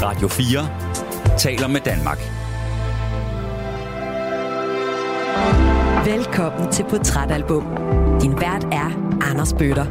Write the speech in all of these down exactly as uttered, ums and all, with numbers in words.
Radio fire taler med Danmark. Velkommen til Portrætalbum. Din vært er Anders Bøtter.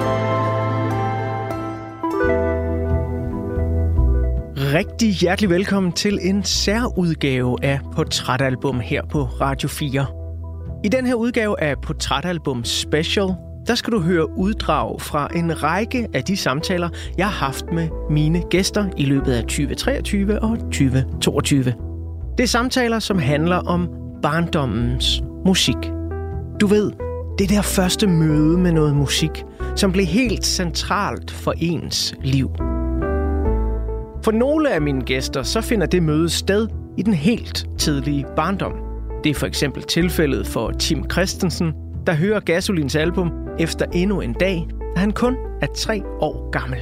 Rigtig hjertelig velkommen til en særudgave af Portrætalbum her på Radio fire. I den her udgave af Portrætalbum Special, der skal du høre uddrag fra en række af de samtaler, jeg har haft med mine gæster i løbet af tyve treogtyve og tyve toogtyve. Det er samtaler, som handler om barndommens musik. Du ved, det der første møde med noget musik, som blev helt centralt for ens liv. For nogle af mine gæster, så finder det møde sted i den helt tidlige barndom. Det er for eksempel tilfældet for Tim Christensen, der hører Gasolins album efter endnu en dag, da han kun er tre år gammel.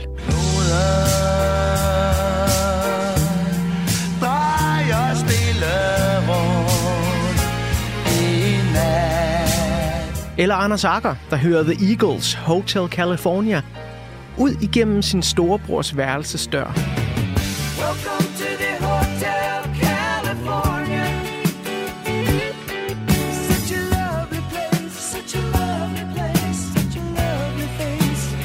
Eller Anders Agger, der hører The Eagles' Hotel California ud igennem sin storebrors værelsesdør. Welcome to the Hotel California. Such a lovely place, such a lovely place, such a lovely face.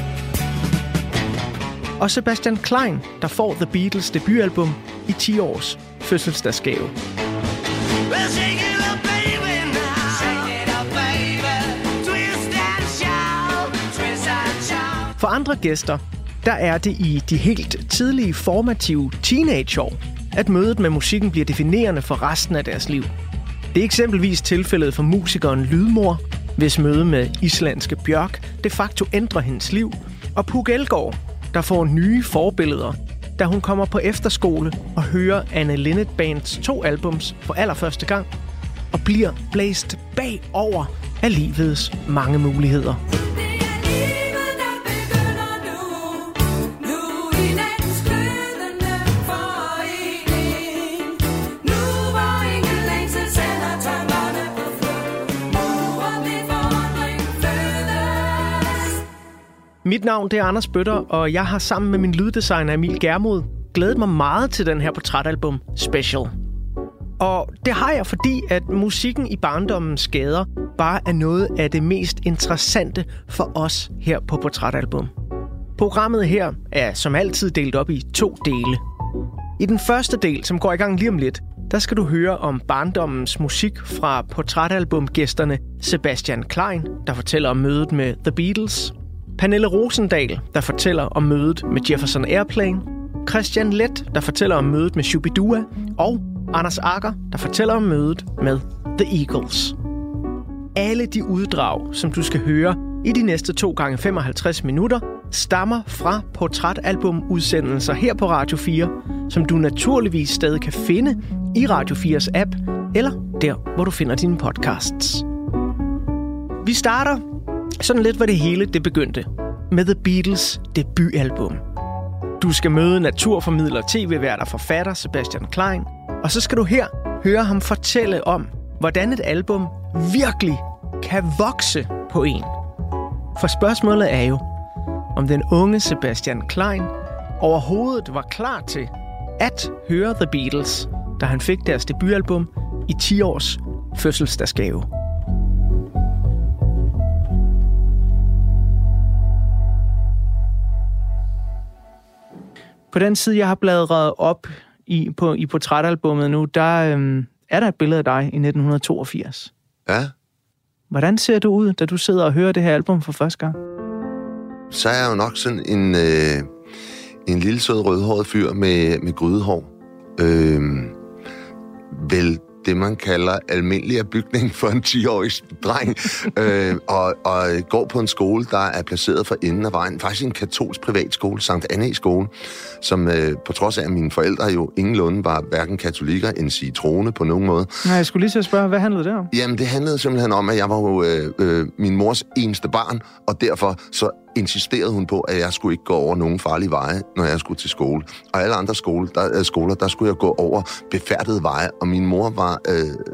Og Sebastian Klein, der får The Beatles debutalbum i ti års fødselsdagsgave. For andre gæster, der er det i de helt tidlige formative teenageår, at mødet med musikken bliver definerende for resten af deres liv. Det er eksempelvis tilfældet for musikeren Lydmor, hvis møde med islandske Bjørk de facto ændrer hendes liv, og Puk Elgård, der får nye forbilleder, da hun kommer på efterskole og hører Anne Linnet Bands to albums for allerførste gang, og bliver blæst bagover af livets mange muligheder. Mit navn det er Anders Bøtter, og jeg har sammen med min lyddesigner Emil Germod glædet mig meget til den her portrætalbum special. Og det har jeg, fordi at musikken i barndommens gader bare er noget af det mest interessante for os her på Portrætalbum. Programmet her er som altid delt op i to dele. I den første del, som går i gang lige om lidt, der skal du høre om barndommens musik fra portrætalbumgæsterne Sebastian Klein, der fortæller om mødet med The Beatles, Pernille Rosendahl, der fortæller om mødet med Jefferson Airplane, Christian Leth, der fortæller om mødet med Shubidua, og Anders Agger, der fortæller om mødet med The Eagles. Alle de uddrag, som du skal høre i de næste to gange femoghalvtreds minutter, stammer fra portrætalbumudsendelser her på Radio fire, som du naturligvis stadig kan finde i Radio fires app, eller der, hvor du finder dine podcasts. Vi starter sådan lidt, hvor det hele det begyndte, med The Beatles debutalbum. Du skal møde naturformidler, tv-vært og forfatter Sebastian Klein, og så skal du her høre ham fortælle om, hvordan et album virkelig kan vokse på en. For spørgsmålet er jo, om den unge Sebastian Klein overhovedet var klar til at høre The Beatles, da han fik deres debutalbum i ti års fødselsdagsgave. På den side, jeg har bladret op i, på, i portrætalbummet nu, der øhm, er der et billede af dig i nitten toogfirs. Ja. Hvordan ser du ud, da du sidder og hører det her album for første gang? Så er jeg jo nok sådan en, øh, en lille sød rødhåret fyr med, med grydehår. Øh, vel det, man kalder almindelig bygning for en ti-årig dreng, øh, og, og går på en skole, der er placeret for enden af vejen. Faktisk en katolsk privatskole, Sankt Anne skole, som øh, på trods af, at mine forældre jo ingenlunde var hverken katolikker end sige troende på nogen måde. Nej, jeg skulle lige så spørge, hvad handlede det om? Jamen, det handlede simpelthen om, at jeg var jo øh, øh, min mors eneste barn, og derfor så insisterede hun på, at jeg skulle ikke gå over nogen farlige veje, når jeg skulle til skole. Og alle andre skole, der, skoler, der skulle jeg gå over befærdede veje, og min mor var øh,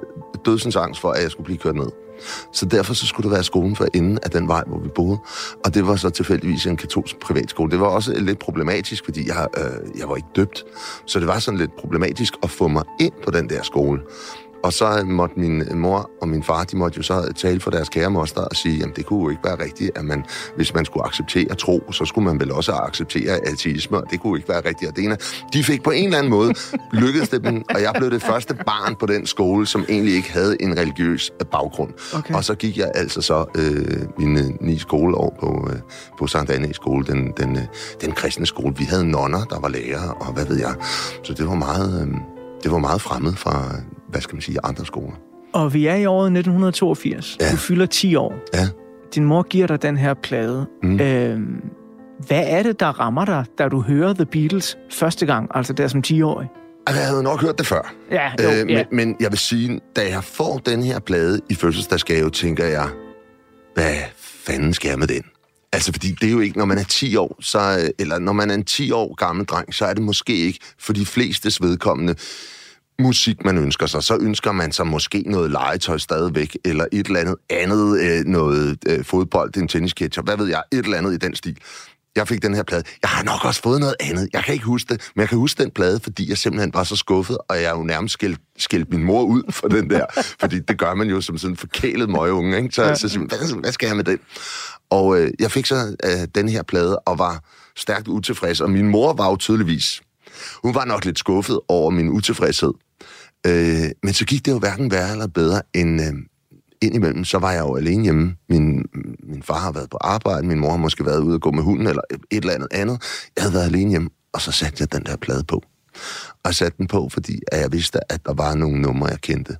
dødsens angst for, at jeg skulle blive kørt ned. Så derfor så skulle der være skolen for enden af den vej, hvor vi boede. Og det var så tilfældigvis en katolsk privatskole. Det var også lidt problematisk, fordi jeg, øh, jeg var ikke døbt. Så det var sådan lidt problematisk at få mig ind på den der skole. Og så måtte min mor og min far, de måtte jo så tale for deres kære moster og sige, jamen det kunne jo ikke være rigtigt, at man, hvis man skulle acceptere tro, så skulle man vel også acceptere ateisme, og det kunne ikke være rigtigt. Og det ene, de fik på en eller anden måde lykkedes det dem, og jeg blev det første barn på den skole, som egentlig ikke havde en religiøs baggrund. Okay. Og så gik jeg altså så øh, mine ni skoleår på, øh, på Sankt Anne skole, den, den, øh, den kristne skole. Vi havde nonner, der var lærere, og hvad ved jeg. Så det var meget, øh, det var meget fremmed fra, hvad skal man sige, andre skoler. Og vi er i året nitten toogfirs. Ja. Du fylder ti år. Ja. Din mor giver dig den her plade. Mm. Øhm, hvad er det, der rammer dig, da du hører The Beatles første gang, altså der som ti-årig? Altså, jeg havde nok hørt det før. Ja, jo, øh, men, ja. men jeg vil sige, da jeg får den her plade i fødselsdagsgave, tænker jeg, hvad fanden skal jeg med den? Altså, fordi det er jo ikke, når man er ti år, så, eller når man er en ti år gammel dreng, så er det måske ikke for de flestes vedkommende musik, man ønsker sig. Så ønsker man sig måske noget legetøj stadigvæk, eller et eller andet andet, øh, noget øh, fodbold, en tennisketcher, hvad ved jeg, et eller andet i den stil. Jeg fik den her plade. Jeg har nok også fået noget andet. Jeg kan ikke huske det, men jeg kan huske den plade, fordi jeg simpelthen var så skuffet, og jeg jo nærmest skældte skæld min mor ud for den der, fordi det gør man jo som sådan en forkælet møgeunge, ikke? Så, ja. så, så hvad, hvad skal jeg med den? Og øh, jeg fik så øh, den her plade, og var stærkt utilfreds, og min mor var jo tydeligvis, hun var nok lidt skuffet over min utilfredshed. Øh, men så gik det jo hverken værre eller bedre end øh, indimellem, så var jeg jo alene hjemme. Min, min far har været på arbejde, min mor har måske været ude og gå med hunden, eller et eller andet andet. Jeg havde været alene hjemme, og så satte jeg den der plade på. Og jeg satte den på, fordi jeg vidste, at der var nogle numre, jeg kendte.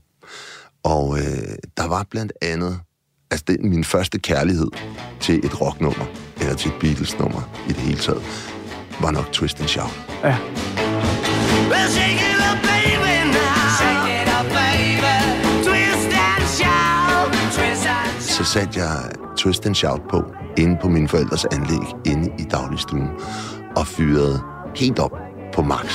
Og øh, der var blandt andet, altså det, min første kærlighed til et rocknummer, eller til et Beatles-nummer i det hele taget, var nok Twist and Shout. Ja. Så satte jeg Twist and Shout på, inde på mine forældres anlæg, inde i dagligstuen, og fyrede helt op på max.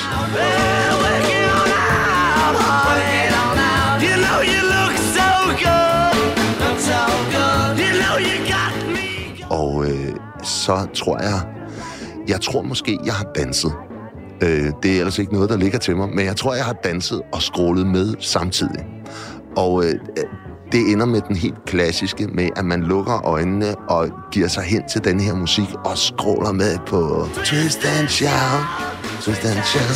Og øh, så tror jeg, jeg tror måske, jeg har danset. Øh, det er ellers ikke noget, der ligger til mig, men jeg tror, jeg har danset og scrollet med samtidig. Og øh, det ender med den helt klassiske, med at man lukker øjnene og giver sig hen til den her musik og scroller med på Twist and Shout, Twist and Shout.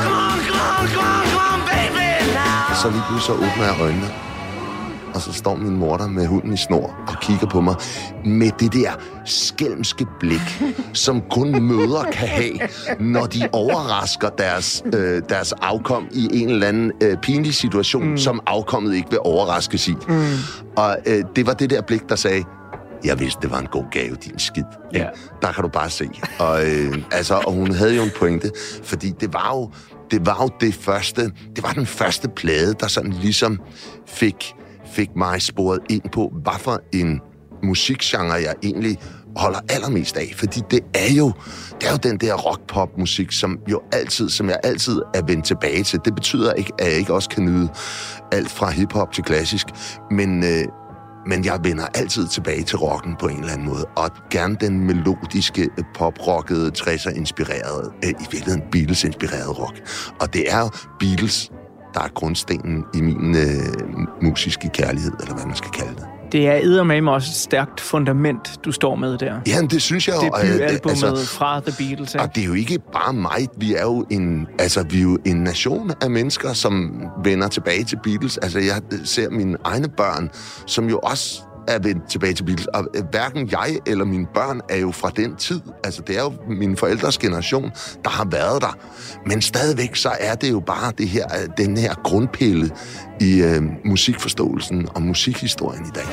Så lige pludselig så åbner jeg øjnene, og så står min mor der med hunden i snor og kigger på mig med det der skælmske blik, som kun mødre kan have, når de overrasker deres, øh, deres afkom i en eller anden øh, pinlig situation, mm. som afkommet ikke vil overraskes i. Mm. Og øh, det var det der blik, der sagde, jeg vidste, det var en god gave, din skid. Yeah. Der kan du bare se. Og, øh, altså, og hun havde jo en pointe, fordi det var jo det, var jo det første, det var den første plade, der sådan ligesom fik fik mig sporet ind på, hvad for en musikgenre jeg egentlig holder allermest af. Fordi det er jo, det er jo den der rock-pop-musik, som jo altid, som jeg altid er vendt tilbage til. Det betyder ikke, at jeg ikke også kan nyde alt fra hip-hop til klassisk, men, øh, men jeg vender altid tilbage til rocken på en eller anden måde. Og gerne den melodiske, pop-rockede, tresser-inspirerede, øh, i virkeligheden Beatles-inspirerede rock. Og det er jo Beatles, der er grundstenen i min øh, musiske kærlighed, eller hvad man skal kalde det. Det er eddermame også et stærkt fundament, du står med der. Jamen, det synes jeg jo. Debutalbummet altså, fra The Beatles. Ikke? Og det er jo ikke bare mig. Vi er jo en, altså, vi er jo en nation af mennesker, som vender tilbage til Beatles. Altså, jeg ser mine egne børn, som jo også er vendt tilbage til Beatles. Og hverken jeg eller mine børn er jo fra den tid. Altså, det er jo min forældres generation, der har været der. Men stadigvæk, så er det jo bare det her, den her grundpille i øh, musikforståelsen og musikhistorien i dag.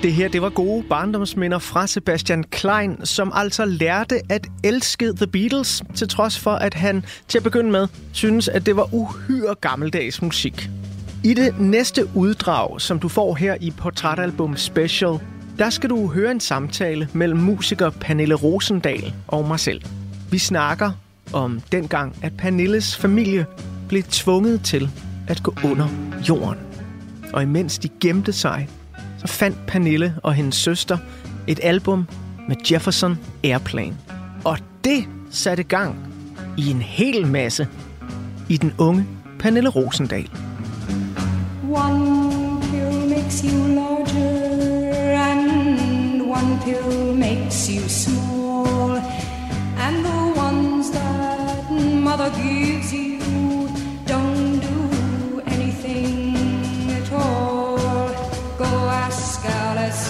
Det her, det var gode barndomsminder fra Sebastian Klein, som altså lærte at elske The Beatles, til trods for, at han til at begynde med synes, at det var uhyre gammeldags musik. I det næste uddrag, som du får her i Portrætalbum Special, der skal du høre en samtale mellem musiker Pernille Rosendahl og mig selv. Vi snakker om dengang, at Pernilles familie blev tvunget til at gå under jorden. Og imens de gemte sig, så fandt Pernille og hendes søster et album med Jefferson Airplane. Og det satte gang i en hel masse i den unge Pernille Rosendahl. One pill makes you larger and one pill makes you small, and the ones that mother gives you don't do anything at all. Go ask Alice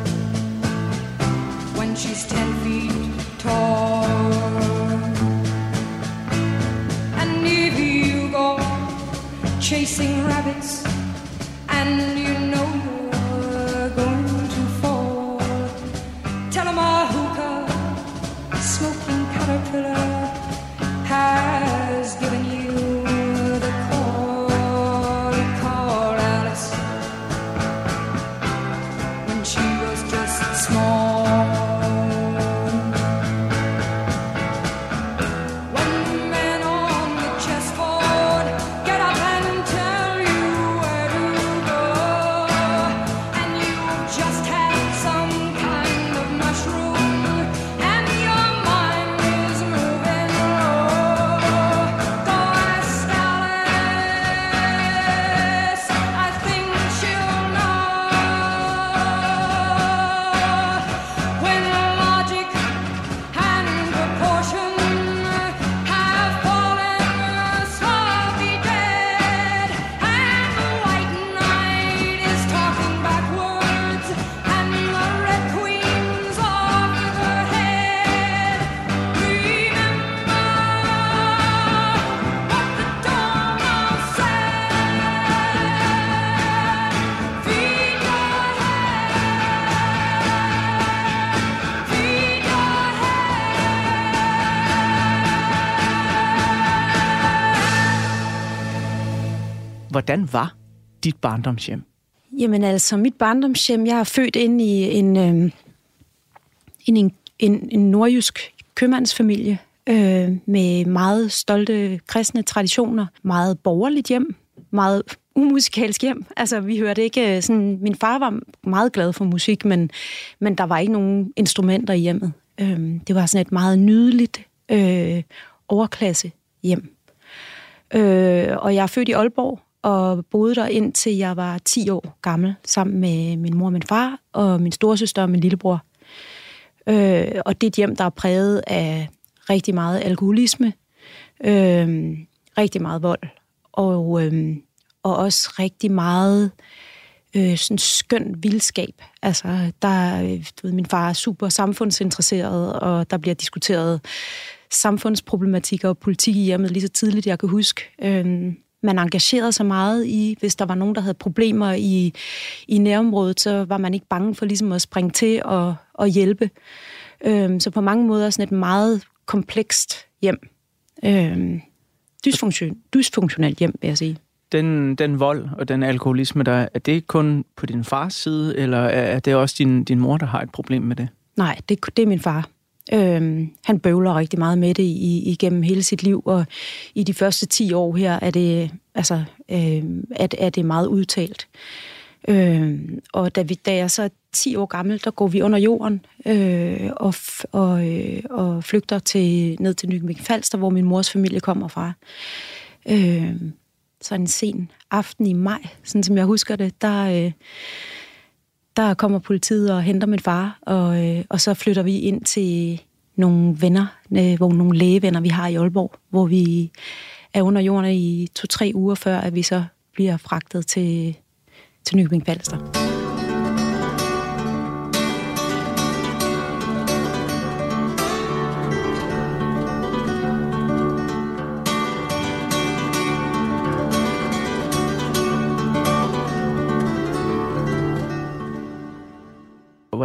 when she's ten feet tall. And if you go chasing rabbits and you know you're going to fall, tell 'em a hookah smoking caterpillar has given you the call. You call Alice when she was just small. When the men on the chessboard get up and tell you where to go, and you've just had some kind of mushroom and your mind is moving low, go ask Alice, I think she'll know. When logic and proportion have fallen slowly dead, and the white knight is talking backwards, and the red queen's off with her head, remember what the Dormouse said. Feed your head, feed your Hvordan var dit barndomshjem? Jamen altså, mit barndomshjem, jeg er født ind i en, øh, en, en, en nordjysk købmandsfamilie øh, med meget stolte kristne traditioner, meget borgerligt hjem, meget umusikalsk hjem. Altså, vi hørte ikke sådan... Min far var meget glad for musik, men, men der var ikke nogen instrumenter i hjemmet. Øh, det var sådan et meget nydeligt øh, overklasse hjem. Øh, og jeg er født i Aalborg, og boede der indtil jeg var ti år gammel, sammen med min mor og min far, og min storesøster og min lillebror. Øh, og det er et hjem, der er præget af rigtig meget alkoholisme, øh, rigtig meget vold, og, øh, og også rigtig meget øh, sådan skøn vildskab. Altså, der, du ved, min far er super samfundsinteresseret, og der bliver diskuteret samfundsproblematikker og politik i hjemmet lige så tidligt, jeg kan huske. Øh, Man engagerede sig meget i, hvis der var nogen, der havde problemer i, i nærområdet, så var man ikke bange for ligesom at springe til og, og hjælpe. Øhm, så på mange måder sådan et meget komplekst hjem. Øhm, dysfunktion, dysfunktionelt hjem, vil jeg sige. Den, den vold og den alkoholisme, der, er det kun på din fars side, eller er det også din, din mor, der har et problem med det? Nej, det, det er min far. Øhm, han bøvler rigtig meget med det i, igennem hele sit liv, og i de første ti år her er det, altså, øhm, er, er det meget udtalt. Øhm, og da, vi, da jeg så er ti år gammel, der går vi under jorden øh, og, og, øh, og flygter til, ned til Nykøbing Falster, hvor min mors familie kommer fra. Øhm, så en sen aften i maj, sådan som jeg husker det, der... Øh, Der kommer politiet og henter min far, og, øh, og så flytter vi ind til nogle venner, øh, hvor nogle lægevenner, vi har i Aalborg, hvor vi er under jorden i to-tre uger før, at vi så bliver fragtet til, til Nykøbing Falster.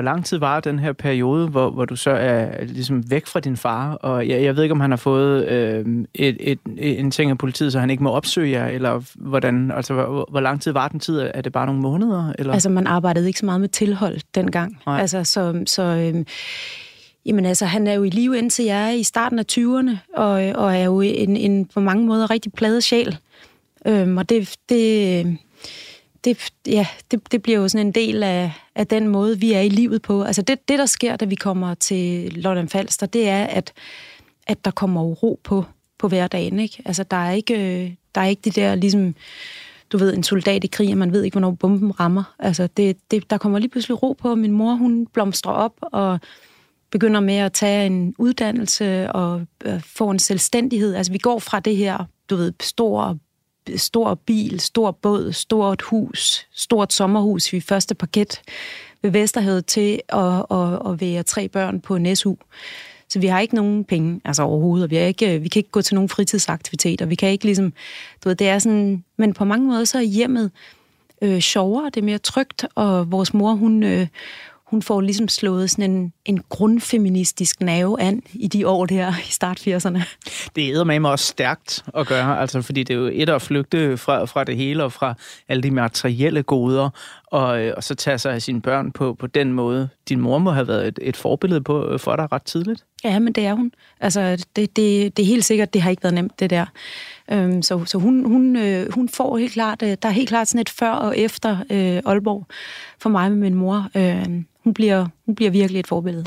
hvor lang tid var den her periode, hvor, hvor du så er ligesom væk fra din far? Og jeg, jeg ved ikke, om han har fået øh, et, et, en ting af politiet, så han ikke må opsøge jer, eller hvordan? Altså, hvor, hvor lang tid var den tid? Er det bare nogle måneder? Eller? Altså, man arbejdede ikke så meget med tilhold dengang. Nej. Altså, så... så øh, Jamen altså, han er jo i live indtil jeg er i starten af tyverne, og, og er jo en, en på mange måder rigtig pladet sjæl. Øhm, og det, det, det, ja, det, det bliver jo sådan en del af, af den måde, vi er i livet på. Altså det, det, der sker, da vi kommer til Lolland Falster, det er, at, at der kommer ro på, på hverdagen. Ikke? Altså, der er ikke, der er ikke det der, ligesom, du ved, en soldat i krig, og man ved ikke, hvornår bomben rammer. Altså, det, det, der kommer lige pludselig ro på, og min mor, hun blomstrer op, og begynder med at tage en uddannelse og øh, få en selvstændighed. Altså, vi går fra det her, du ved, stor, stor bil, stor båd, stort hus, stort sommerhus i første parket ved Vesterhavet til at, at, at være tre børn på en S U. Så vi har ikke nogen penge, altså overhovedet, og vi, er ikke, vi kan ikke gå til nogen fritidsaktiviteter. Vi kan ikke ligesom, du ved, det er sådan, men på mange måder så er hjemmet øh, sjovere, det er mere trygt, og vores mor, hun... Øh, Hun får ligesom slået sådan en, en grundfeministisk nerve an i de år der i start firserne. Det æder med mig også stærkt at gøre, altså, fordi det er jo et at flygte fra, fra det hele og fra alle de materielle goder, og, og så tage sig af sine børn på, på den måde. Din mor må have været et, et forbillede på, for dig ret tidligt. Ja, men det er hun. Altså, det, det, det er helt sikkert, det har ikke været nemt, det der. Øhm, så så hun, hun, øh, hun får helt klart, der er helt klart sådan et før og efter øh, Aalborg for mig med min mor. Øh, hun, bliver, hun bliver virkelig et forbillede.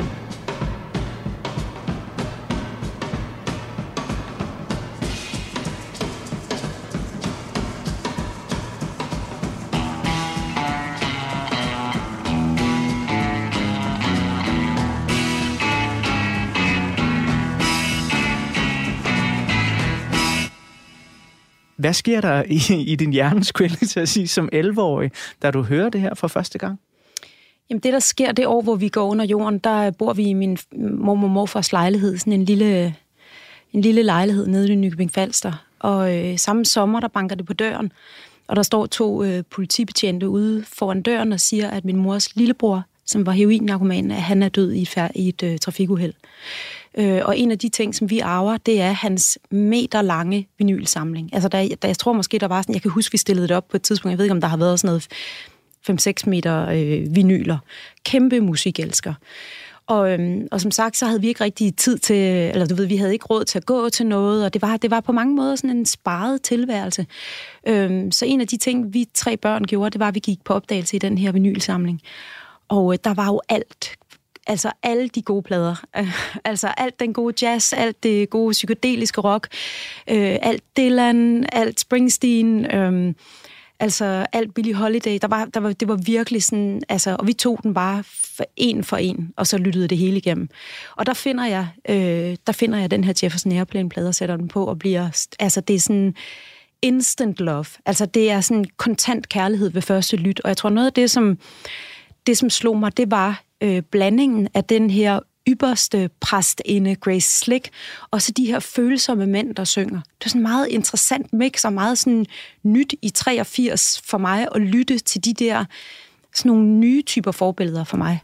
Hvad sker der i, i din hjerne, skulle jeg lige til at sige, som elleve-årig, da du hører det her for første gang? Jamen det, der sker det år, hvor vi går under jorden, der bor vi i min mormor og morfars lejlighed, sådan en lille, en lille lejlighed nede i Nykøbing Falster. Og øh, samme sommer, der banker det på døren, og der står to øh, politibetjente ude foran døren og siger, at min mors lillebror, som var heroin-narkoman, at han er død i et, i et øh, trafikuheld. Øh, og en af de ting, som vi arver, det er hans meterlange vinylsamling. Altså, der, der, jeg tror måske, der var sådan, jeg kan huske, vi stillede det op på et tidspunkt, jeg ved ikke, om der har været sådan noget fem seks meter øh, vinyler. Kæmpe musikelsker. Og, øhm, og som sagt, så havde vi ikke rigtig tid til, eller du ved, vi havde ikke råd til at gå til noget, og det var, det var på mange måder sådan en sparet tilværelse. Øhm, så en af de ting, vi tre børn gjorde, det var, at vi gik på opdagelse i den her vinylsamling. Og øh, der var jo alt. Altså alle de gode plader. Altså alt den gode jazz, alt det gode psykedeliske rock, øh, alt Dylan, alt Springsteen, øh, altså alt Billie Holiday. Der var, der var, det var virkelig sådan, altså, og vi tog den bare for en for en, og så lyttede det hele igennem. Og der finder jeg, øh, der finder jeg den her Jefferson Airplane-plade og sætter den på, og bliver, altså det er sådan instant love. Altså det er sådan kontant kærlighed ved første lyt, og jeg tror noget af det, som, det, som slog mig, det var øh, blandingen af den her ypperste præstinde, Grace Slick, og så de her følsomme mænd, der synger. Det er sådan en meget interessant mix, og meget sådan nyt i treogfirs for mig, at lytte til de der sådan nogle nye typer forbilleder for mig.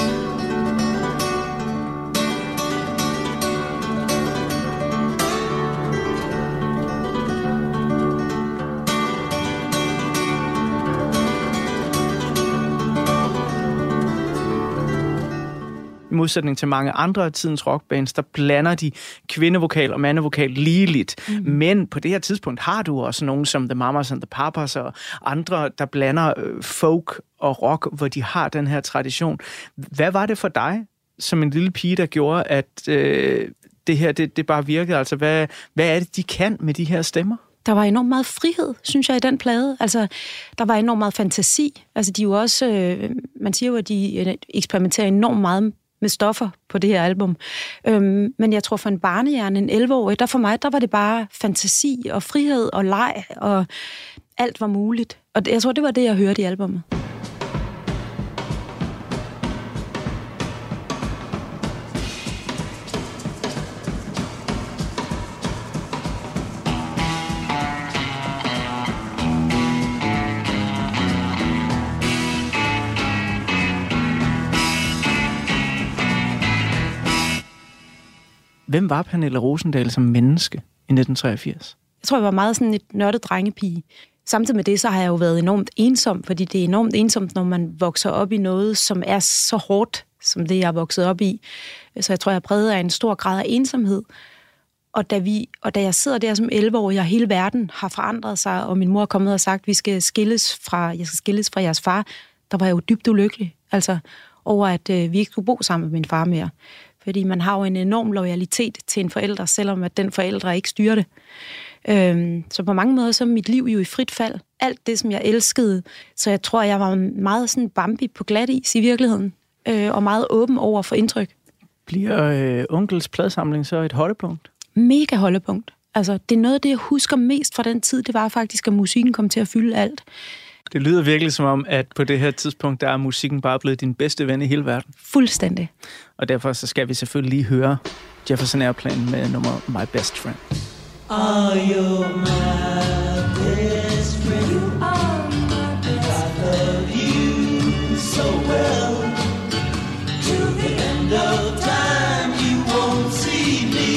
I modsætning til mange andre af tidens rockbands, der blander de kvindevokal og mandevokal ligeligt. Mm. Men på det her tidspunkt har du også nogen som The Mamas and the Papas og andre, der blander folk og rock, hvor de har den her tradition. Hvad var det for dig, som en lille pige, der gjorde, at øh, det her det, det bare virkede? Altså, hvad, hvad er det, de kan med de her stemmer? Der var enormt meget frihed, synes jeg, i den plade. Altså, der var enormt meget fantasi. Altså, de er jo også, øh, man siger jo, at de eksperimenterer enormt meget med stoffer på det her album. Øhm, men jeg tror, for en barnehjerne, en elleve-årig, der for mig, der var det bare fantasi og frihed og leg, og alt var muligt. Og jeg tror, det var det, jeg hørte i albummet. Hvem var Pernille Rosendahl som menneske i nitten treogfirs? Jeg tror, jeg var meget sådan et nørdet drengepige. Samtidig med det, så har jeg jo været enormt ensom, fordi det er enormt ensomt, når man vokser op i noget, som er så hårdt, som det, jeg er vokset op i. Så jeg tror, jeg er præget af en stor grad af ensomhed. Og da, vi, og da jeg sidder der som elleve-årig, og hele verden har forandret sig, og min mor er kommet og sagt, at vi skal skilles fra, jeg skal skilles fra jeres far, der var jeg jo dybt ulykkelig. Altså over, at øh, vi ikke skulle bo sammen med min far mere. Fordi man har jo en enorm loyalitet til en forælder, selvom at den forældre ikke styrer det. Øhm, så på mange måder så er mit liv jo i frit fald. Alt det, som jeg elskede. Så jeg tror, jeg var meget sådan Bambi på glat is i virkeligheden. Øh, og meget åben over for indtryk. Bliver øh, onkels pladesamling så et holdepunkt? Mega holdepunkt. Altså, det er noget af det, jeg husker mest fra den tid, det var faktisk, at musikken kom til at fylde alt. Det lyder virkelig som om, at på det her tidspunkt, der er musikken bare blevet din bedste ven i hele verden. Fuldstændig. Og derfor så skal vi selvfølgelig lige høre Jefferson Airplane med nummer My Best Friend. Are you my best friend? You are my best friend. I love you so well. To the end of time, you won't see me.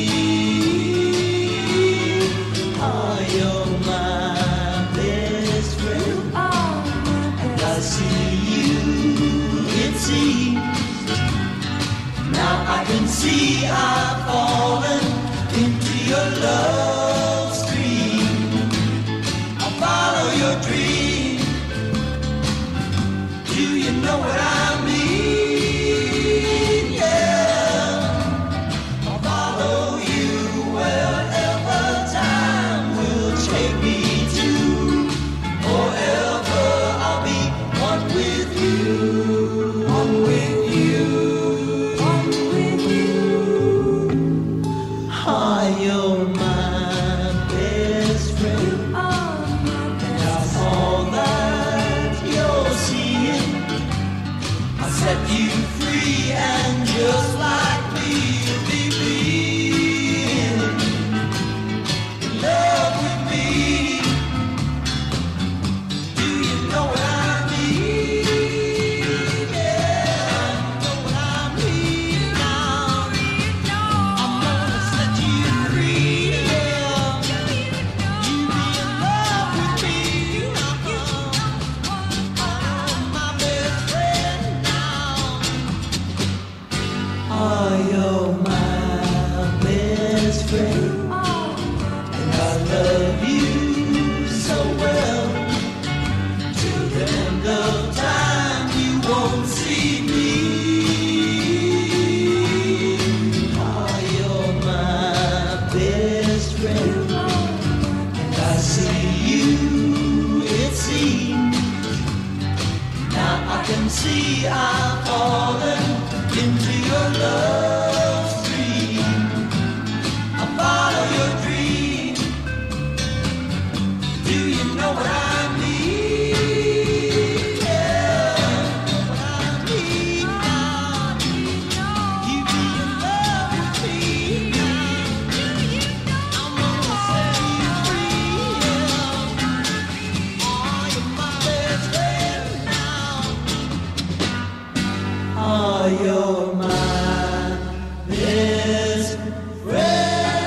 Are you my best friend? You are my best friend. And I see you, it seems. Now I can see I've fallen into your love stream. I'll follow your dream. Do you know what I mean? Yeah. I'll follow you wherever time will take me to. Forever I'll be one with you. One with you. One with you. Are you my best friend? You are my best friend. That's all that you're seeing. I set you free and just like me, you'll be being in love with me. Do you know what I mean? Yeah, you know what I mean now. I'm gonna set you free. Yeah. You be in love with me. I'm my best friend now. Are you my best friend? And I love you so well. To the end of time, you won't see me. Are you my best friend? And I see you, it seems. Now I can see I've fallen into your love stream. I follow your dream. Do you know what I mean? Yeah, what I mean now. You be in love with me now. I'm gonna set you free. Yeah. Are you my best friend now? Are you my best friend?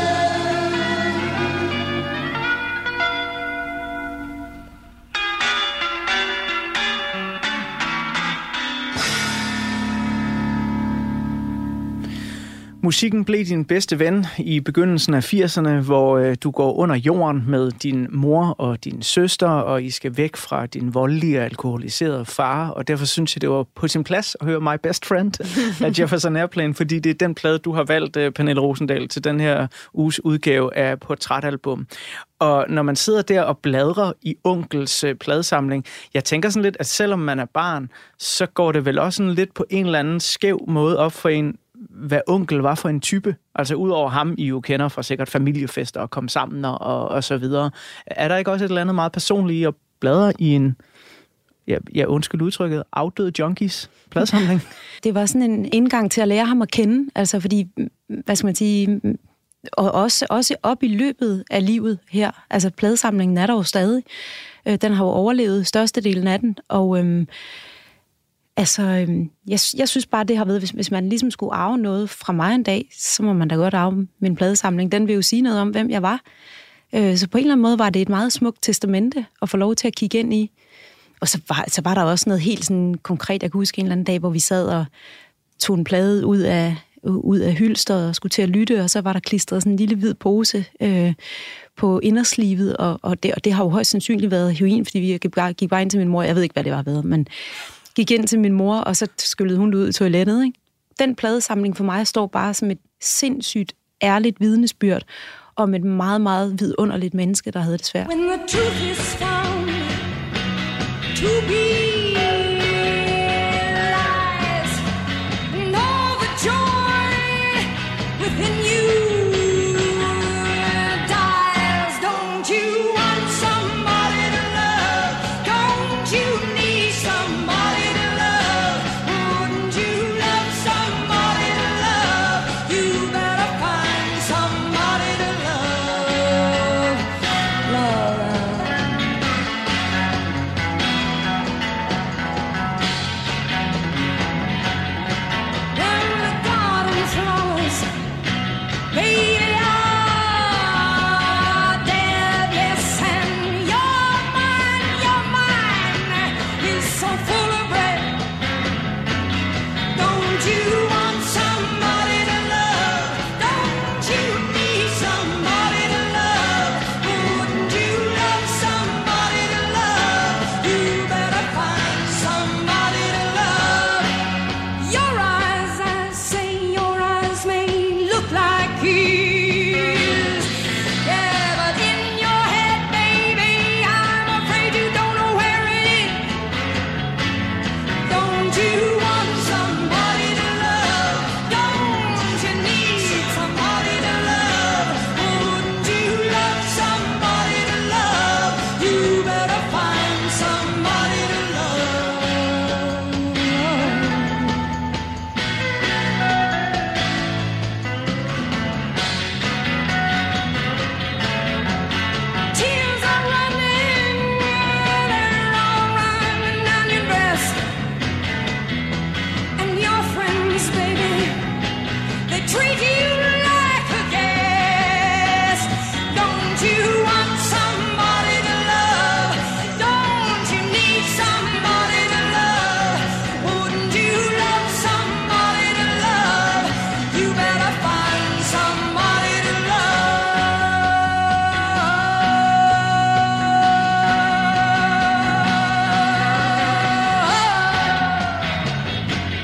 Musikken blev din bedste ven i begyndelsen af firserne, hvor øh, du går under jorden med din mor og din søster, og I skal væk fra din voldelige og alkoholiserede far, og derfor synes jeg, det var på sin plads at høre My Best Friend af Jefferson Airplane, fordi det er den plade, du har valgt, øh, Pernille Rosendahl, til den her uges udgave af Portrætalbum. Og når man sidder der og bladrer i onkels øh, pladesamling, jeg tænker sådan lidt, at selvom man er barn, så går det vel også sådan lidt på en eller anden skæv måde op for en, hvad onkel var for en type. Altså udover ham, I jo kender fra sikkert familiefester og komme sammen og, og, og så videre. Er der ikke også et eller andet meget personligt i at bladre i en, ja, ja undskyld udtrykket, afdøde junkies pladesamling? Det var sådan en indgang til at lære ham at kende, altså fordi, hvad skal man sige, og også, også op i løbet af livet her. Altså pladesamlingen er der jo stadig. Den har jo overlevet størstedelen af den, og øhm, Altså, øhm, jeg, jeg synes bare, det har været, hvis, hvis man ligesom skulle arve noget fra mig en dag, så må man da godt arve min pladesamling. Den vil jo sige noget om, hvem jeg var. Øh, så på en eller anden måde var det et meget smukt testamente at få lov til at kigge ind i. Og så var, så var der også noget helt sådan konkret. Jeg kan huske en eller anden dag, hvor vi sad og tog en plade ud af, ud af hylster og skulle til at lytte, og så var der klistret sådan en lille hvid pose øh, på inderslivet, og, og, det, og det har jo højst sandsynligt været heroin, fordi vi gik bare, gik bare ind til min mor. Jeg ved ikke, hvad det var været, men gik ind til min mor, og så skyllede hun ud i toilettet. Ikke? Den pladesamling for mig står bare som et sindssygt ærligt vidnesbyrd om et meget, meget vidunderligt menneske, der havde det svært. When the truth is found to be lies, and all the joy within you dies. Don't you want somebody to love? Don't you need somebody to love? Wouldn't you love somebody to love? You better find somebody to love. Love, love. When the garden flowers, baby, are dead, yes, and your mind, your mind is so full of red. Don't you want somebody to love? Don't you need somebody to love? Wouldn't you love somebody to love? You better find somebody to love. Your eyes, I say, your eyes may look like his. Yeah, but in your head, baby, I'm afraid you don't know where it is. Don't you want somebody to love? Don't you need somebody to love? Wouldn't you love somebody to love? You better find somebody to love. Tears are running, they're all running down your breast. And your friends, baby, they treat you like a guest. Don't you want somebody to love? Don't you need somebody to love? Wouldn't you love somebody to love? You better find somebody to love.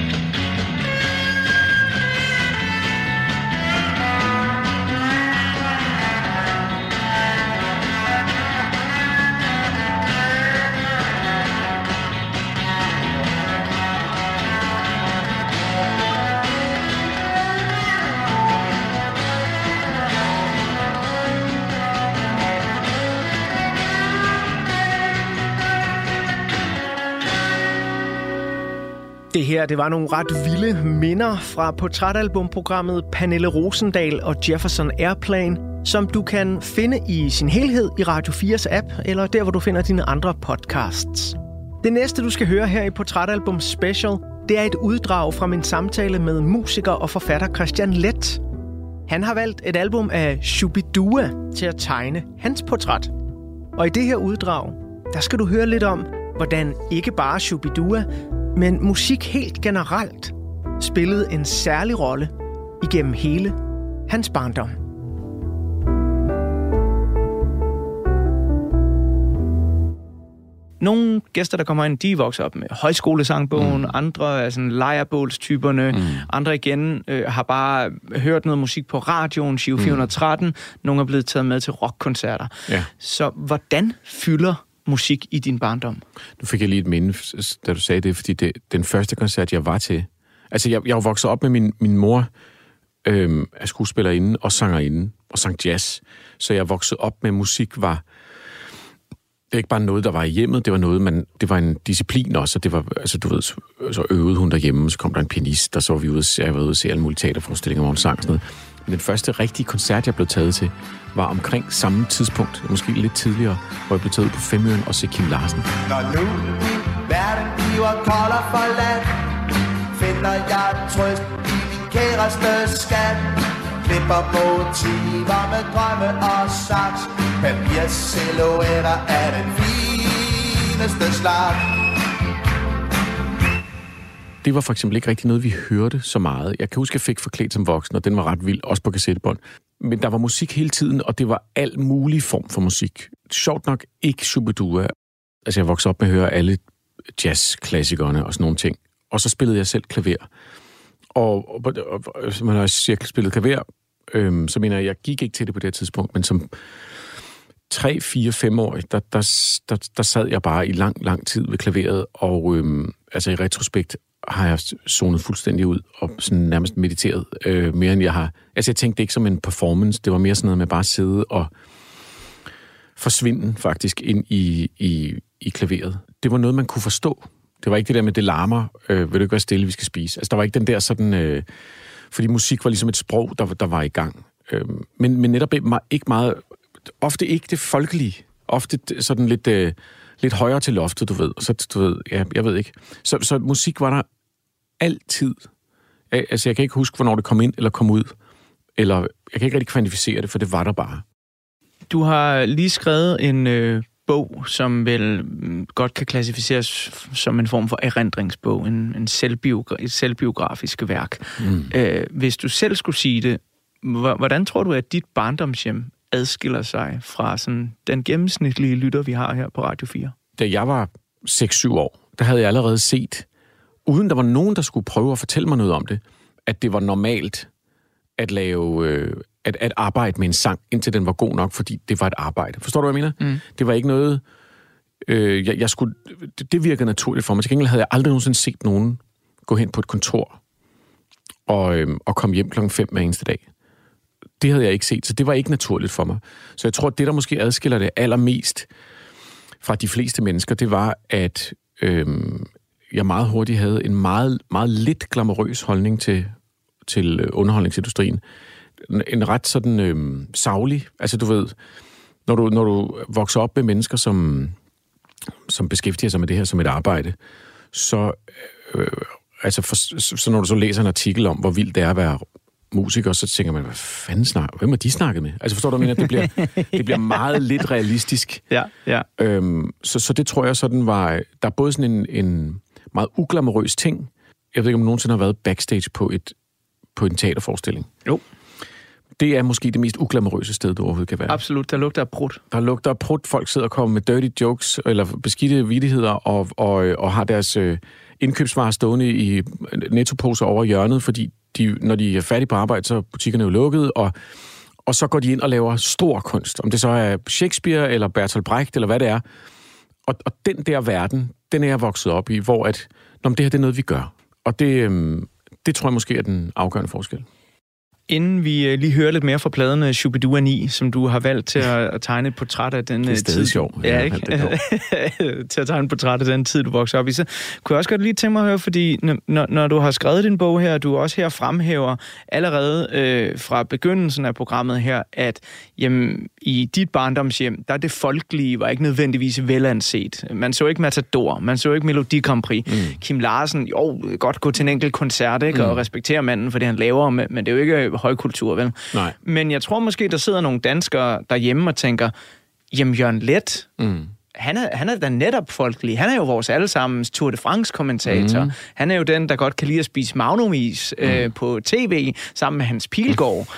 Det her, det var nogle ret vilde minder fra portrætalbumprogrammet Pernille Rosendahl og Jefferson Airplane, som du kan finde i sin helhed i Radio fires app, eller der, hvor du finder dine andre podcasts. Det næste, du skal høre her i Portrætalbum Special, det er et uddrag fra min samtale med musiker og forfatter Kristian Leth. Han har valgt et album af Shubidua til at tegne hans portræt. Og i det her uddrag, der skal du høre lidt om, hvordan ikke bare Shubidua, men musik helt generelt spillede en særlig rolle igennem hele hans barndom. Nogle gæster, der kommer ind, de vokser op med højskolesangbogen, mm. andre er sådan lejrebålstyperne, mm. andre igen øh, har bare hørt noget musik på radioen, Giro fire hundrede og tretten, mm. nogle er blevet taget med til rockkoncerter. Ja. Så hvordan fylder musik i din barndom? Nu fik jeg lige et minde, da du sagde det, fordi det, den første koncert, jeg var til... Altså, jeg, jeg var vokset op med min, min mor, øh, er skuespillerinde og sangerinde, og sang jazz. Så jeg voksede op med musik, var... Det er ikke bare noget, der var i hjemmet, det var noget, man, det var en disciplin også, og det var, altså du ved, så øvede hun derhjemme, så kom der en pianist, og så var vi ude, jeg var ude og se alle mulige teaterforestillinger, hvor hun sang sådan noget. Men den første rigtige koncert, jeg blev taget til, var omkring samme tidspunkt, måske lidt tidligere, hvor jeg blev taget ud på Femøren og se Kim Larsen. Når nu verden bliver kold og forladt, finder jeg trøst i min kæreste skat. Klipper motiver med drømme og saks, papirsilhuetter af den fineste slag. Det var for eksempel ikke rigtig noget, vi hørte så meget. Jeg kan huske, at jeg fik Forklædt som voksen, og den var ret vild, også på kassettebånd. Men der var musik hele tiden, og det var al mulig form for musik. Sjovt nok ikke Shubidua. Altså, jeg voksede op med at høre alle jazzklassikerne og sådan nogle ting. Og så spillede jeg selv klaver. Og, og, og, og man har cirka spillet klaver, øhm, så mener jeg, jeg gik ikke til det på det her tidspunkt, men som tre, fire, fem år, der, der, der, der sad jeg bare i lang, lang tid ved klaveret, og øhm, altså i retrospekt har jeg zonet fuldstændig ud og sådan nærmest mediteret øh, mere end jeg har. Altså jeg tænkte det ikke som en performance, det var mere sådan noget med bare at sidde og forsvinde faktisk ind i, i, i klaveret. Det var noget, man kunne forstå. Det var ikke det der med, det larmer, øh, vil du ikke være stille, vi skal spise. Altså der var ikke den der sådan, øh, fordi musik var ligesom et sprog, der, der var i gang. Øh, men, men netop ikke meget, ofte ikke det folkelige, ofte sådan lidt... Øh, lidt højere til loftet, du ved. Så, du ved, ja, jeg ved ikke. Så, så musik var der altid. Altså, jeg kan ikke huske, hvornår det kom ind eller kom ud. Eller, jeg kan ikke rigtig kvantificere det, for det var der bare. Du har lige skrevet en øh, bog, som vel godt kan klassificeres som en form for erindringsbog. En, en selvbiogra- et selvbiografisk værk. Mm. Øh, hvis du selv skulle sige det, hvordan tror du, at dit barndomshjem adskiller sig fra sådan den gennemsnitlige lytter, vi har her på Radio fire? Da jeg var seks syv år, der havde jeg allerede set, uden der var nogen, der skulle prøve at fortælle mig noget om det, at det var normalt at lave, øh, at, at arbejde med en sang, indtil den var god nok, fordi det var et arbejde. Forstår du, hvad jeg mener? Mm. Det var ikke noget, øh, jeg, jeg skulle, det, det virkede naturligt for mig. Til gengæld havde jeg aldrig nogensinde set nogen gå hen på et kontor og, øh, og komme hjem klokken fem hver eneste dag. Det havde jeg ikke set, så det var ikke naturligt for mig. Så jeg tror, at det, der måske adskiller det allermest fra de fleste mennesker, det var, at øhm, jeg meget hurtigt havde en meget, meget lidt glamourøs holdning til, til underholdningsindustrien. En ret sådan øhm, saglig. Altså, du ved, når du, når du vokser op med mennesker, som, som beskæftiger sig med det her som et arbejde, så, øh, altså for, så når du så læser en artikel om, hvor vildt det er at være musiker, så tænker man, hvad fanden snakker? Hvem har de snakket med? Altså forstår du, hvad jeg mener? Det bliver, det bliver meget lidt realistisk. Ja, ja. Øhm, så, så det tror jeg sådan var... Der er både sådan en, en meget uglamorøs ting. Jeg ved ikke, om nogensinde har været backstage på, et, på en teaterforestilling. Jo. Det er måske det mest uglamorøse sted, du overhovedet kan være. Absolut, der lugter af prut. Der lugter af prut. Folk sidder og kommer med dirty jokes, eller beskidte vittigheder, og, og, og har deres øh, indkøbsvarer stående i nettoposer over hjørnet, fordi de, når de er færdige på arbejde, så er butikkerne jo lukket, og, og så går de ind og laver stor kunst. Om det så er Shakespeare, eller Bertolt Brecht, eller hvad det er. Og, og den der verden, den er jeg vokset op i, hvor at, nå, det her det er noget, vi gør. Og det, øhm, det tror jeg måske er den afgørende forskel. Inden vi lige hører lidt mere fra pladen Shubidua ni, som du har valgt til at tegne et portræt af den tid... Det er stadig sjovt. Ja, ikke? Til at tegne et portræt af den tid, du voksede op i. Så kunne jeg også godt lige tænke mig at høre, fordi når, når du har skrevet din bog her, du også her fremhæver allerede øh, fra begyndelsen af programmet her, at jamen, i dit barndomshjem, der er det folkelige var ikke nødvendigvis velanset. Man så ikke Matador, man så ikke Melodi Grand Prix. Mm. Kim Larsen, jo, godt gå til en enkelt koncert, ikke? Mm. Og respektere manden for det, han laver, men det er jo ikke højkultur, vel? Nej. Men jeg tror måske, der sidder nogle danskere derhjemme og tænker, jamen Jørgen Leth, mm. han, er, han er da netop folkelig. Han er jo vores allesammens Tour de France-kommentator. Mm. Han er jo den, der godt kan lide at spise magnumis mm. øh, på tv, sammen med Hans Pilgaard.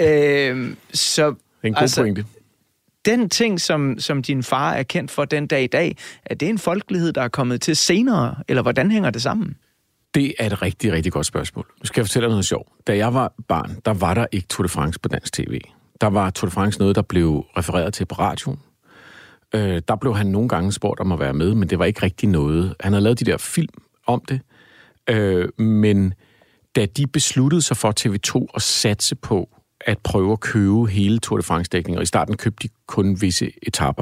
øh, så, det er en god altså, pointe. Den ting, som, som din far er kendt for den dag i dag, er det en folkelighed, der er kommet til senere, eller hvordan hænger det sammen? Det er et rigtig, rigtig godt spørgsmål. Nu skal jeg fortælle dig noget sjovt. Da jeg var barn, der var der ikke Tour de France på dansk tv. Der var Tour de France noget, der blev refereret til på radioen. Øh, der blev han nogle gange spurgt om at være med, men det var ikke rigtig noget. Han havde lavet de der film om det. Øh, men da de besluttede sig for T V to at satse på at prøve at købe hele Tour de France-dækningen, og i starten købte de kun visse etapper,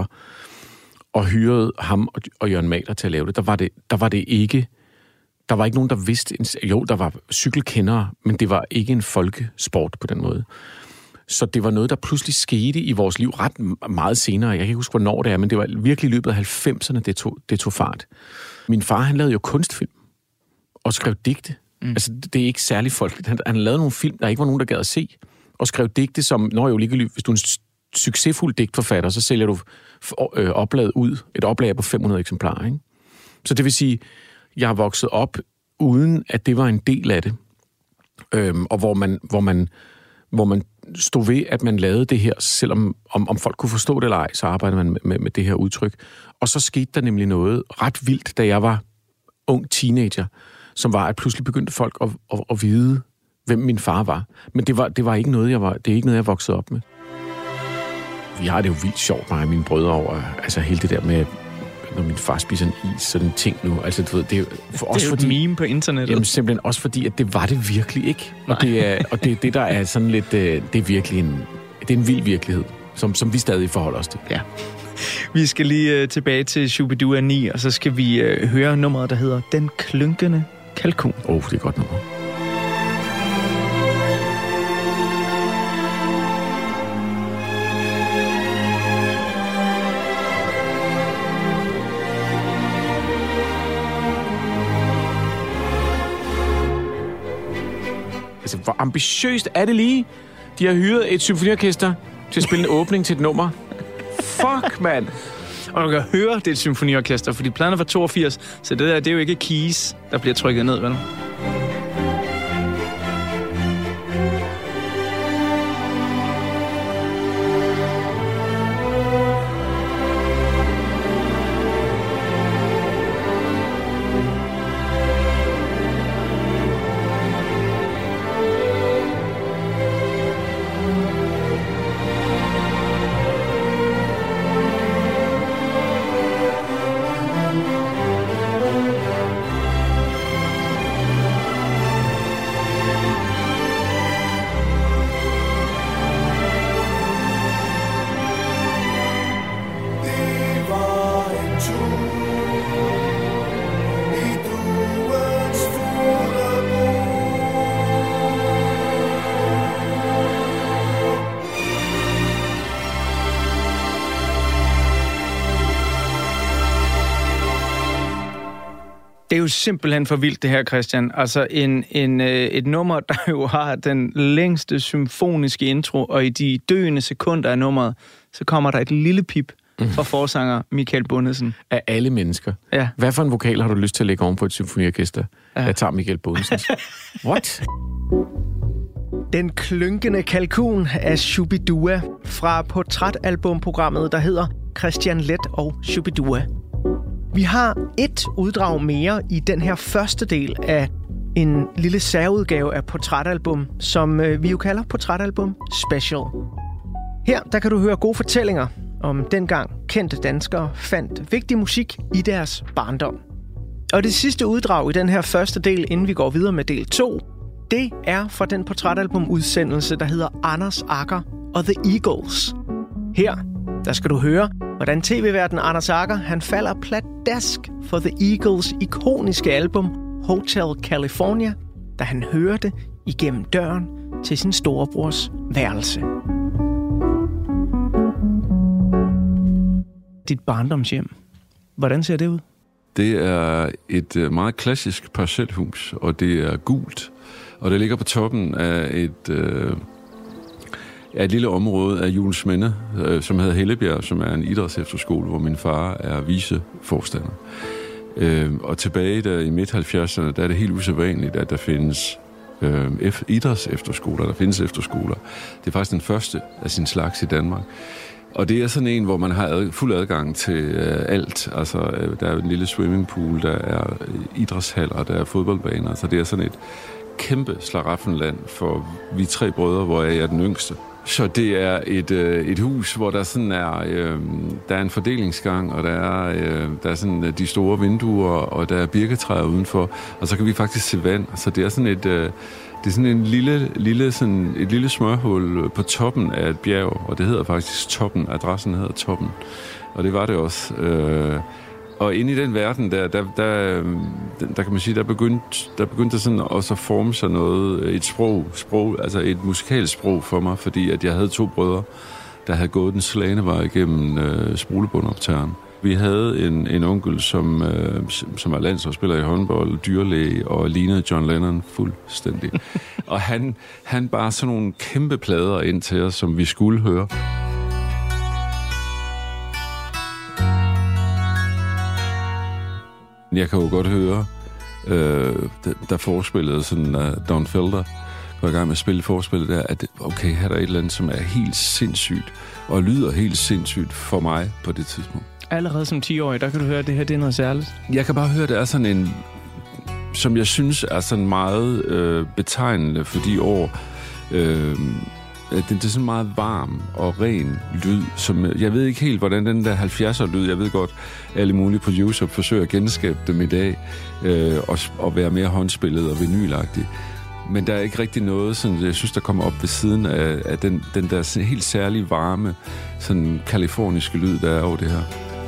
og hyrede ham og, og Jørgen Mahler til at lave det, der var det, der var det ikke... Der var ikke nogen, der vidste... Jo, der var cykelkendere, men det var ikke en folkesport på den måde. Så det var noget, der pludselig skete i vores liv ret meget senere. Jeg kan ikke huske, hvornår det er, men det var virkelig i løbet af halvfemserne, det tog, det tog fart. Min far, han lavede jo kunstfilm og skrev digte. Mm. Altså, det er ikke særlig folkeligt. Han, han lavede nogle film, der ikke var nogen, der gad at se, og skrev digte, som, når jo ligegyldigt, hvis du er en succesfuld digtforfatter, så sælger du øh, oplaget ud, et oplag på fem hundrede eksemplarer, ikke? Så det vil sige, jeg har vokset op, uden at det var en del af det. Øhm, og hvor man, hvor, man, hvor man stod ved, at man lavede det her, selvom om, om folk kunne forstå det eller ej, så arbejdede man med, med, med det her udtryk. Og så skete der nemlig noget ret vildt, da jeg var ung teenager, som var, at pludselig begyndte folk at, at, at vide, hvem min far var. Men det var, det var ikke noget, jeg var, det er ikke noget, jeg voksede op med. Vi har det jo vildt sjovt, mig og mine brødre over, altså hele det der med, når min far spiser en is, sådan en ting nu. Altså, du ved, det er jo, for det er jo fordi, et meme på internettet. Jamen, simpelthen også fordi, at det var det virkelig ikke. Og det er, og det, det der er sådan lidt, det er virkelig en, det er en vild virkelighed, som, som vi stadig forholder os til. Ja. Vi skal lige uh, tilbage til Shubidua ni, og så skal vi uh, høre nummeret, der hedder Den Klynkende Kalkun. Åh, oh, det er et godt nummer. Altså, hvor ambitiøst er det lige? De har hyret et symfoniorkester til at spille en åbning til et nummer. Fuck, mand! Og du kan høre, det er et symfoniorkester, fordi pladen er fra toogfirs, så det der, det er jo ikke keys, der bliver trykket ned, vel? Det er jo simpelthen for vildt, det her, Christian. Altså en, en, et nummer, der jo har den længste symfoniske intro, og i de døende sekunder af nummeret, så kommer der et lille pip fra forsanger Michael Bundesen. Af alle mennesker. Ja. Hvad for en vokal har du lyst til at lægge oven på et symfoniorkester? Ja. Jeg tager Michael Bundesen. What? Den Klynkende Kalkun af Shubidua fra portrætalbumprogrammet, der hedder Christian Leth og Shubidua. Vi har et uddrag mere i den her første del af en lille særudgave af Portrætalbum, som vi jo kalder Portrætalbum Special. Her der kan du høre gode fortællinger om dengang kendte danskere fandt vigtig musik i deres barndom. Og det sidste uddrag i den her første del, inden vi går videre med del to, det er fra den Portrætalbum-udsendelse, der hedder Anders Agger og The Eagles. Her der skal du høre, hvordan tv-værten Anders Agger han falder pladask for The Eagles ikoniske album Hotel California, da han hører det igennem døren til sin storebrors værelse. Dit barndomshjem. Hvordan ser det ud? Det er et meget klassisk parcelhus, og det er gult. Og det ligger på toppen af et, øh, af et lille område af Juelsminde, øh, som hedder Hellebjerg, som er en idrætsefterskole, hvor min far er viceforstander. Øh, og tilbage der i midt halvfjerdserne, der er det helt usædvanligt, at der findes øh, idrætsefterskoler. Der findes efterskoler. Det er faktisk den første af sin slags i Danmark. Og det er sådan en, hvor man har ad, fuld adgang til øh, alt. Altså, øh, der er en lille swimmingpool, der er idrætshaller, der er fodboldbaner. Så det er sådan et kæmpe slaraffenland for vi tre brødre, hvor jeg er den yngste. Så det er et, øh, et hus, hvor der sådan er, øh, der er en fordelingsgang, og der er, øh, der er sådan de store vinduer, og der er birketræer udenfor. Og så kan vi faktisk se vand. Så det er sådan et... Øh, Det er sådan en lille, lille, sådan et lille smørhul på toppen af et bjerg, og det hedder faktisk Toppen. Adressen hedder Toppen, og det var det også. Øh, og inde i den verden, der, der, der, der kan man sige, der begyndte, der begyndte sådan også at forme sig noget, et sprog, sprog, altså et musikalsk sprog for mig, fordi at jeg havde to brødre, der havde gået den slagne vej igennem øh, Sprulebåndoptageren. Vi havde en, en onkel, som, øh, som var landsholdsspiller i håndbold, dyrlæge og lignede John Lennon fuldstændig. Og han, han bare sådan nogle kæmpe plader ind til os, som vi skulle høre. Jeg kan jo godt høre, øh, der forspillede sådan, uh, Don Felder går i gang med at spille forspillet der, at okay, her er der et eller andet, som er helt sindssygt, og lyder helt sindssygt for mig på det tidspunkt. Allerede som ti-årig, der kan du høre, at det her det er noget særligt. Jeg kan bare høre, at det er sådan en, som jeg synes er sådan meget øh, betegnende for de år. Øh, det, det er sådan meget varm og ren lyd, som jeg ved ikke helt, hvordan den der halvfjerdser lyd, jeg ved godt, alle mulige producer forsøger at genskabe dem i dag, øh, og, og være mere håndspillet og vinylagtig. Men der er ikke rigtig noget, sådan, jeg synes, der kommer op ved siden af, af den, den der sådan, helt særlig varme, sådan kaliforniske lyd, der er over det her.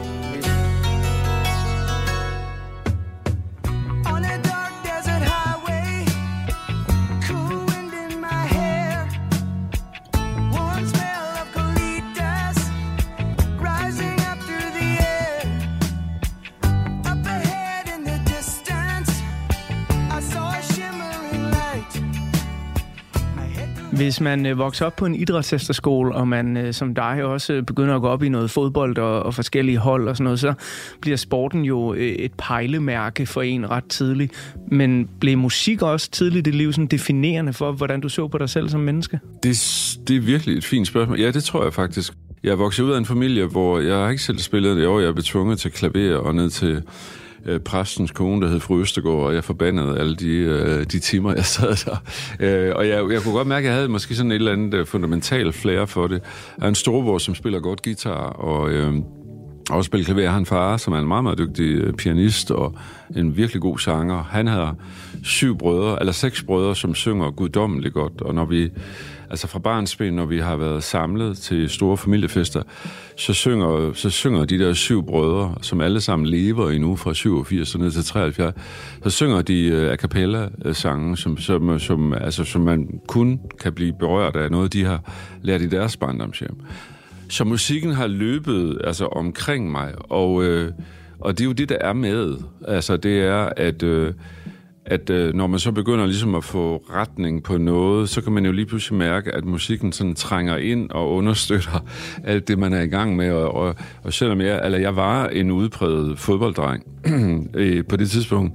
Hvis man øh, vokser op på en idrætsefterskole, og man øh, som dig også begynder at gå op i noget fodbold og, og forskellige hold og sådan noget, så bliver sporten jo øh, et pejlemærke for en ret tidligt. Men blev musik også tidligt i livet sådan definerende for, hvordan du så på dig selv som menneske? Det, det er virkelig et fint spørgsmål. Ja, det tror jeg faktisk. Jeg er vokset ud af en familie, hvor jeg har ikke selv spillet det år. Jeg blev tvunget til klaver og ned til øh, præstens kone, der hed Fru Østergaard, og jeg forbandede alle de, øh, de timer, jeg sad der. Øh, og jeg, jeg kunne godt mærke, at jeg havde måske sådan et eller andet øh, fundamentalt flair for det. Jeg er en storebror, som spiller godt guitar, og øh, også spiller klaver. Jeg har en far, som er en meget, meget dygtig pianist, og en virkelig god sanger. Han har syv brødre, eller seks brødre, som synger guddommeligt godt, og når vi altså fra barnsben, når vi har været samlet til store familiefester, så synger, så synger de der syv brødre, som alle sammen lever endnu fra syvogfirs og ned til treoghalvfjerds, så synger de uh, a cappella-sange, som, som, som, altså, som man kun kan blive berørt af noget, de har lært i deres barndomshjem. Så musikken har løbet altså, omkring mig, og, øh, og det er jo det, der er med. Altså, det er, at... Øh, at øh, når man så begynder ligesom at få retning på noget, så kan man jo lige pludselig mærke, at musikken sådan trænger ind og understøtter alt det, man er i gang med. Og, og, og selvom jeg, eller jeg var en udpræget fodbolddreng på det tidspunkt,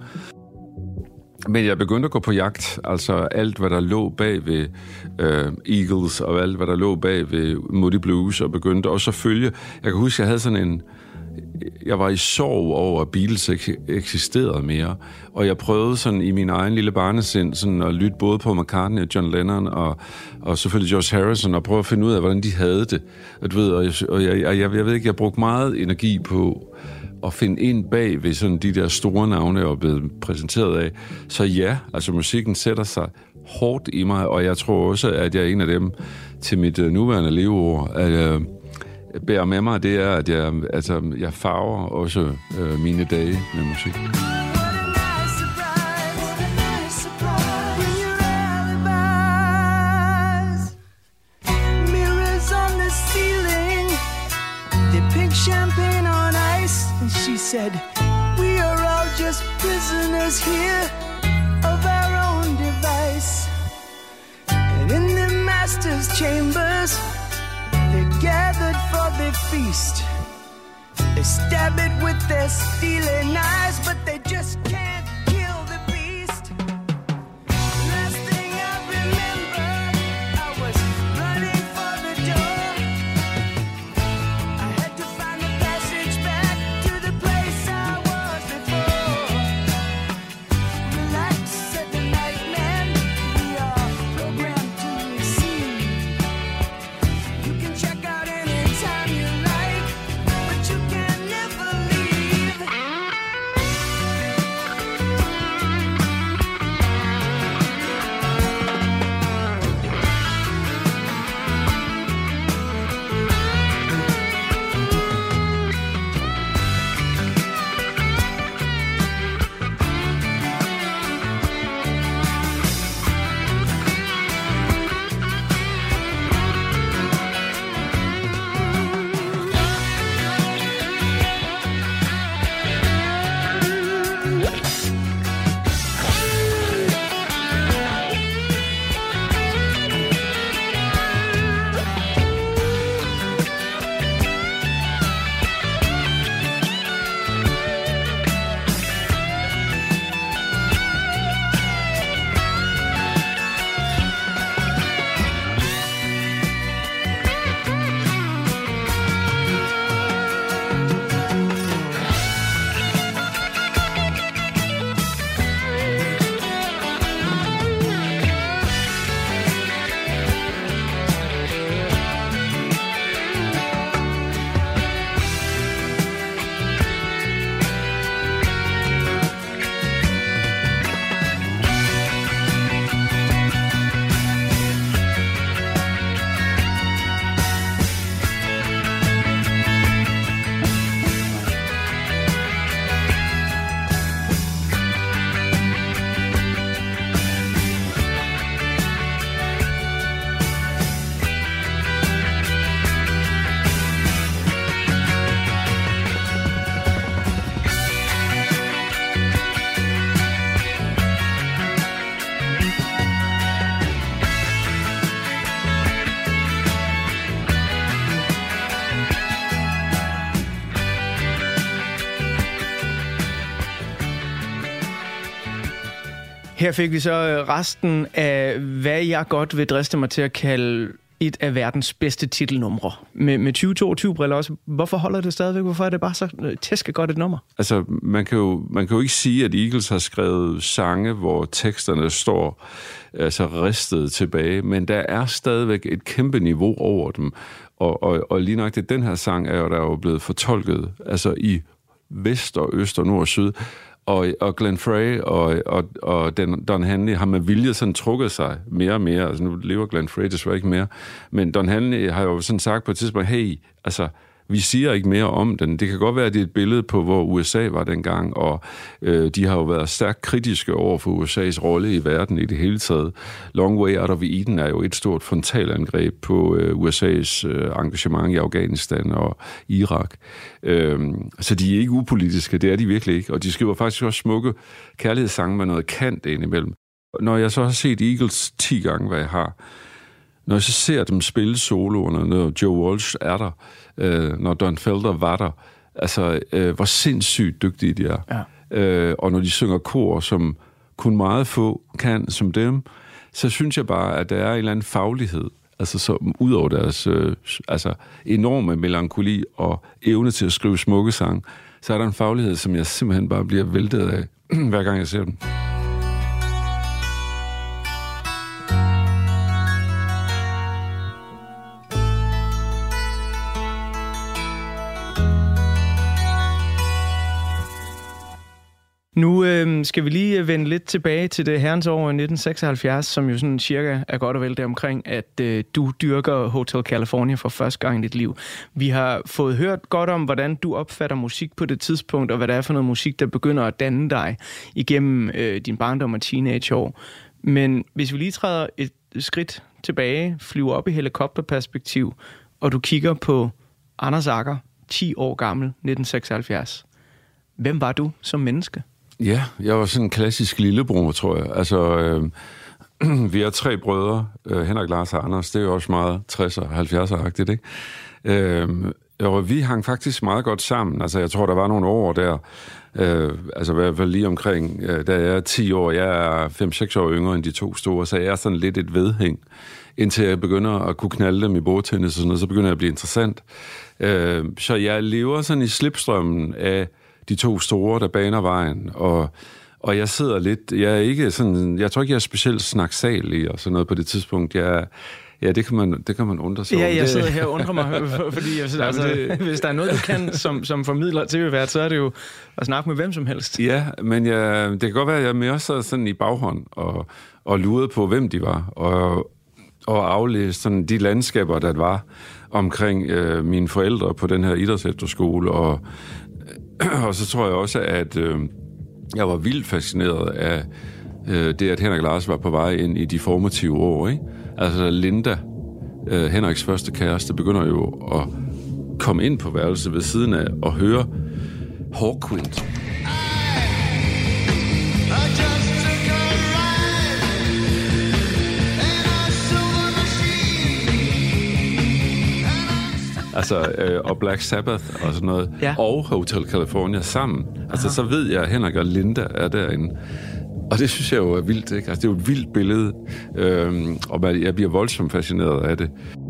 men jeg begyndte at gå på jagt, altså alt, hvad der lå bag ved øh, Eagles, og alt, hvad der lå bag ved Moody Blues, og begyndte også at følge. Jeg kan huske, jeg havde sådan en... Jeg var i sorg over, at Beatles ikke eksisterede mere, og jeg prøvede sådan i min egen lille barnesind sådan at lytte både på McCartney og John Lennon og, og selvfølgelig George Harrison og prøve at finde ud af, hvordan de havde det. Og, du ved, og, jeg, og jeg, jeg, jeg ved ikke, jeg brugte meget energi på at finde ind bag ved sådan de der store navne, jeg var blevet præsenteret af. Så ja, altså musikken sætter sig hårdt i mig, og jeg tror også, at jeg er en af dem til mit nuværende leveår, at jeg bærer med mig, det er, at jeg, altså, jeg farver også øh, mine dage med musik. Champagne on ice, and she said, we are all just prisoners here of our own device. And in the master's chambers, they gathered for their feast. They stab it with their stealing eyes, but they just can't kill the beast. Last thing I remember, I was running for the door. I had to find the passage back to the place I was before. Relax, said the night man, we are programmed to receive. You can check out anytime you like, but you can never leave. Her fik vi så resten af, hvad jeg godt vil driste mig til at kalde et af verdens bedste titelnumre. Med, med tyve toogtyve-briller også. Hvorfor holder det stadigvæk? Hvorfor er det bare så tæske godt et nummer? Altså, man kan, jo, man kan jo ikke sige, at Eagles har skrevet sange, hvor teksterne står altså ristet tilbage, men der er stadigvæk et kæmpe niveau over dem. Og, og, og lige nok det, den her sang er jo, der er jo blevet fortolket altså i vest og øst og nord og syd. Og, og Glenn Frey og, og, og Don Henley har med vilje sådan trukket sig mere og mere. Altså nu lever Glenn Frey desværre ikke mere. Men Don Henley har jo sådan sagt på et tidspunkt, hey, altså, vi siger ikke mere om den. Det kan godt være, at det er et billede på, hvor U S A var dengang, og øh, de har jo været stærkt kritiske over for U S A's rolle i verden i det hele taget. Long Way Out of Eden er jo et stort frontalangreb på øh, U S A's øh, engagement i Afghanistan og Irak. Øh, så de er ikke upolitiske, det er de virkelig ikke. Og de skriver faktisk også smukke kærlighedssange med noget kant indimellem. Når jeg så har set Eagles ti gange, hvad jeg har, når jeg så ser dem spille soloerne, når Joe Walsh er der, øh, når Don Felder var der, altså, øh, hvor sindssygt dygtige de er. Ja. Øh, og når de synger kor, som kun meget få kan som dem, så synes jeg bare, at der er en eller anden faglighed, altså som ud over deres øh, altså enorme melankoli og evne til at skrive smukke sange, så er der en faglighed, som jeg simpelthen bare bliver væltet af, hver gang jeg ser dem. Nu øh, skal vi lige vende lidt tilbage til det herrens år nitten seksoghalvfjerds, som jo sådan cirka er godt og vel det omkring, at øh, du dyrker Hotel California for første gang i dit liv. Vi har fået hørt godt om, hvordan du opfatter musik på det tidspunkt, og hvad det er for noget musik, der begynder at danne dig igennem øh, din barndom og teenageår. Men hvis vi lige træder et skridt tilbage, flyver op i helikopterperspektiv, og du kigger på Anders Agger, ti år gammel, nitten seksoghalvfjerds. Hvem var du som menneske? Ja, jeg var sådan en klassisk lillebror, tror jeg. Altså, øh, vi er tre brødre, øh, Henrik, Lars og Anders. Det er jo også meget tresser, halvfjerdser-agtigt, ikke? Øh, og vi hang faktisk meget godt sammen. Altså, jeg tror, der var nogle år der, øh, altså i hvert fald lige omkring, øh, da jeg er ti år, jeg er fem seks år yngre end de to store, så jeg er sådan lidt et vedhæng, indtil jeg begynder at kunne knalde dem i bordtennis og sådan noget, så begynder jeg at blive interessant. Øh, så jeg lever sådan i slipstrømmen af de to store, der baner vejen, og, og jeg sidder lidt, jeg er ikke sådan, jeg tror ikke, jeg er specielt snaksalig og sådan noget på det tidspunkt. Jeg, ja, det kan man, det kan man undre sig Ja, over. jeg Det, sidder her og undrer mig, fordi jeg synes, altså, det, hvis der er noget, du kan som, som formidler til hvert, så er det jo at snakke med hvem som helst. Ja, men jeg, det kan godt være, at jeg mere sad sådan i baghånd og, og lurede på, hvem de var, og, og aflæste sådan de landskaber, der var omkring øh, mine forældre på den her idrætsefterskole, og Og så tror jeg også, at øh, jeg var vildt fascineret af øh, det, at Henrik Lars var på vej ind i de formative år, ikke? Altså Linda, øh, Henriks første kæreste, begynder jo at komme ind på værelset ved siden af og høre Hawkwind. Altså, øh, og Black Sabbath og sådan noget, ja. Og Hotel California sammen. Altså, aha. Så ved jeg, at Henrik og Linda er derinde. Og det synes jeg jo er vildt, ikke? Altså, det er jo et vildt billede, øhm, og jeg bliver voldsomt fascineret af det.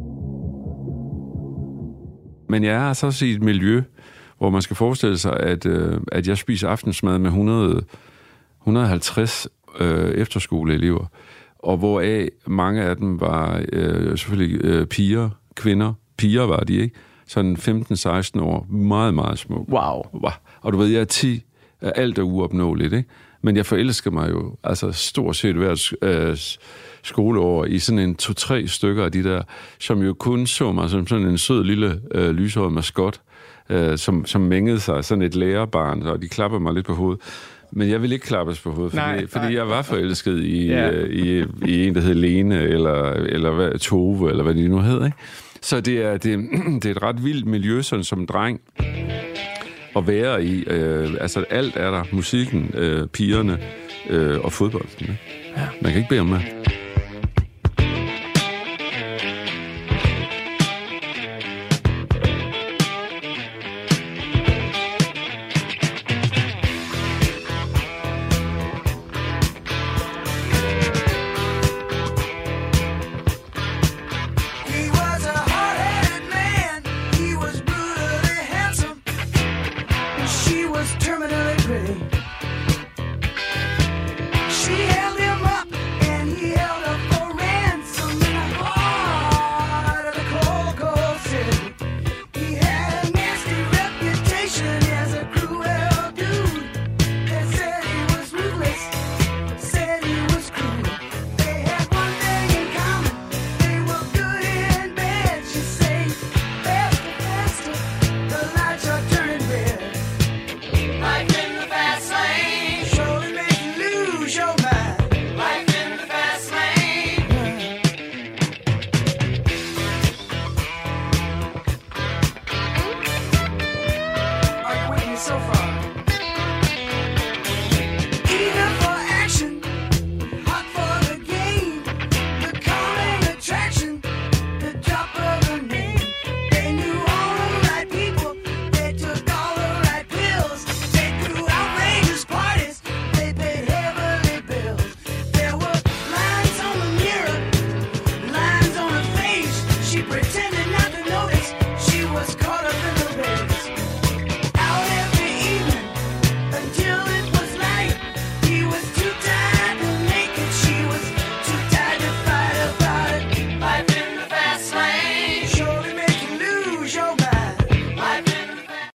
Men jeg er altså også i et miljø, hvor man skal forestille sig, at, øh, at jeg spiser aftensmad med hundrede, hundrede og halvtreds øh, efterskoleelever, og hvoraf mange af dem var øh, selvfølgelig øh, piger, kvinder. Piger var de, ikke? Sådan femten seksten år. Meget, meget smuk. Wow. wow. Og du ved, jeg er ti. Alt er uopnåeligt, ikke? Men jeg forelsker mig jo, altså stort set hvert øh, skoleår, i sådan en to-tre stykker af de der, som jo kun så mig som sådan en sød lille øh, lyshåret maskot, øh, som, som mængede sig, sådan et lærerbarn, og de klapper mig lidt på hovedet. Men jeg ville ikke klappes på hovedet, fordi, nej, fordi nej. Jeg var forelsket i, ja. øh, i, i en, der hed Lene, eller, eller hvad, Tove, eller hvad de nu hed, ikke? Så det er, det, det er et ret vildt miljø, sådan som dreng, at være i. Øh, altså alt er der. Musikken, øh, pigerne øh, og fodbolden. Ja. Man kan ikke bede om mere.